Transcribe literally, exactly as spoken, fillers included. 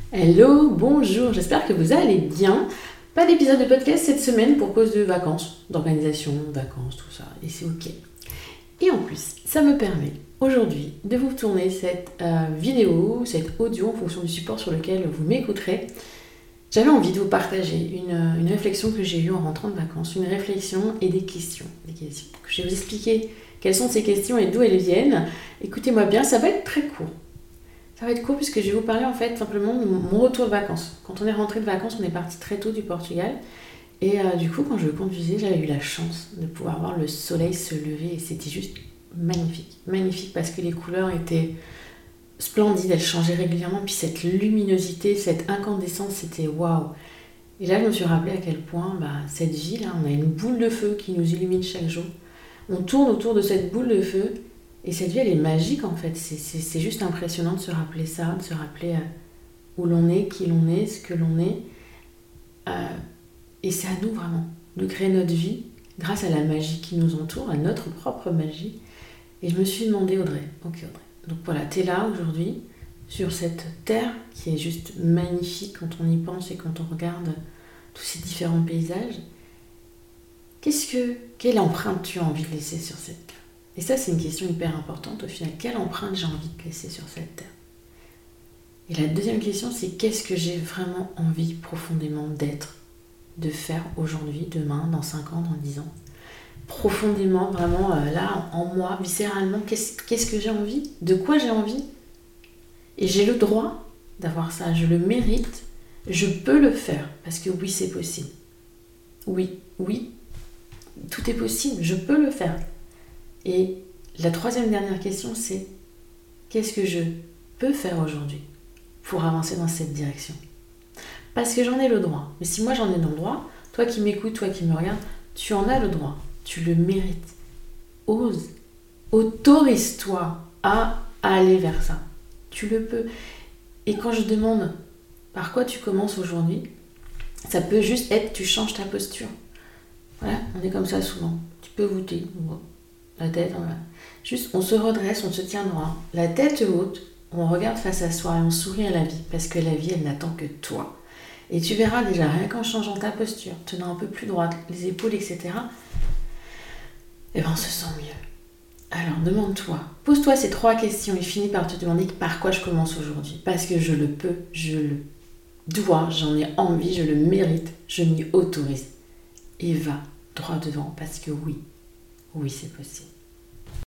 Hello, bonjour, j'espère que vous allez bien. Pas d'épisode de podcast cette semaine pour cause de vacances, d'organisation, vacances, tout ça, et c'est ok. Et en plus, ça me permet aujourd'hui de vous tourner cette euh, vidéo, cette audio en fonction du support sur lequel vous m'écouterez. J'avais envie de vous partager une, une réflexion que j'ai eue en rentrant de vacances, une réflexion et des questions. Des questions. Je vais vous expliquer quelles sont ces questions et d'où elles viennent. Écoutez-moi bien, ça va être très court. Ça va être court puisque je vais vous parler en fait simplement de mon retour de vacances. Quand on est rentré de vacances, on est parti très tôt du Portugal. Et euh, du coup, quand je conduisais, j'avais eu la chance de pouvoir voir le soleil se lever et c'était juste magnifique. Magnifique parce que les couleurs étaient splendides, elles changeaient régulièrement. Puis cette luminosité, cette incandescence, c'était waouh. Et là, je me suis rappelé à quel point bah, cette ville, hein, on a une boule de feu qui nous illumine chaque jour. On tourne autour de cette boule de feu. Et cette vie, elle est magique en fait. C'est, c'est, c'est juste impressionnant de se rappeler ça, de se rappeler euh, où l'on est, qui l'on est, ce que l'on est. Euh, et c'est à nous vraiment de créer notre vie grâce à la magie qui nous entoure, à notre propre magie. Et je me suis demandé, Audrey, ok Audrey, donc voilà, t'es là aujourd'hui, sur cette terre qui est juste magnifique quand on y pense et quand on regarde tous ces différents paysages. Qu'est-ce que, quelle empreinte tu as envie de laisser sur cette terre ? Et ça, c'est une question hyper importante au final. Quelle empreinte j'ai envie de laisser sur cette terre ? Et la deuxième question, c'est qu'est-ce que j'ai vraiment envie profondément d'être, de faire aujourd'hui, demain, dans cinq ans, dans dix ans ? Profondément, vraiment, euh, là, en moi, viscéralement, qu'est-ce, qu'est-ce que j'ai envie ? De quoi j'ai envie ? Et j'ai le droit d'avoir ça, je le mérite, je peux le faire, parce que oui, c'est possible. Oui, oui, tout est possible, je peux le faire. Et la troisième dernière question, c'est qu'est-ce que je peux faire aujourd'hui pour avancer dans cette direction ? Parce que j'en ai le droit. Mais si moi j'en ai le droit, toi qui m'écoutes, toi qui me regardes, tu en as le droit. Tu le mérites. Ose. Autorise-toi à aller vers ça. Tu le peux. Et quand je demande par quoi tu commences aujourd'hui, ça peut juste être tu changes ta posture. Voilà, on est comme ça souvent. Tu peux voûter. La tête, on va... juste on se redresse, on se tient droit, la tête haute, on regarde face à soi et on sourit à la vie, parce que la vie, elle n'attend que toi. Et tu verras déjà, rien qu'en changeant ta posture, tenant un peu plus droite, les épaules, et cetera, eh ben on se sent mieux. Alors demande-toi, pose-toi ces trois questions et finis par te demander par quoi je commence aujourd'hui. Parce que je le peux, je le dois, j'en ai envie, je le mérite, je m'y autorise. Et va droit devant, parce que oui, oui, c'est possible.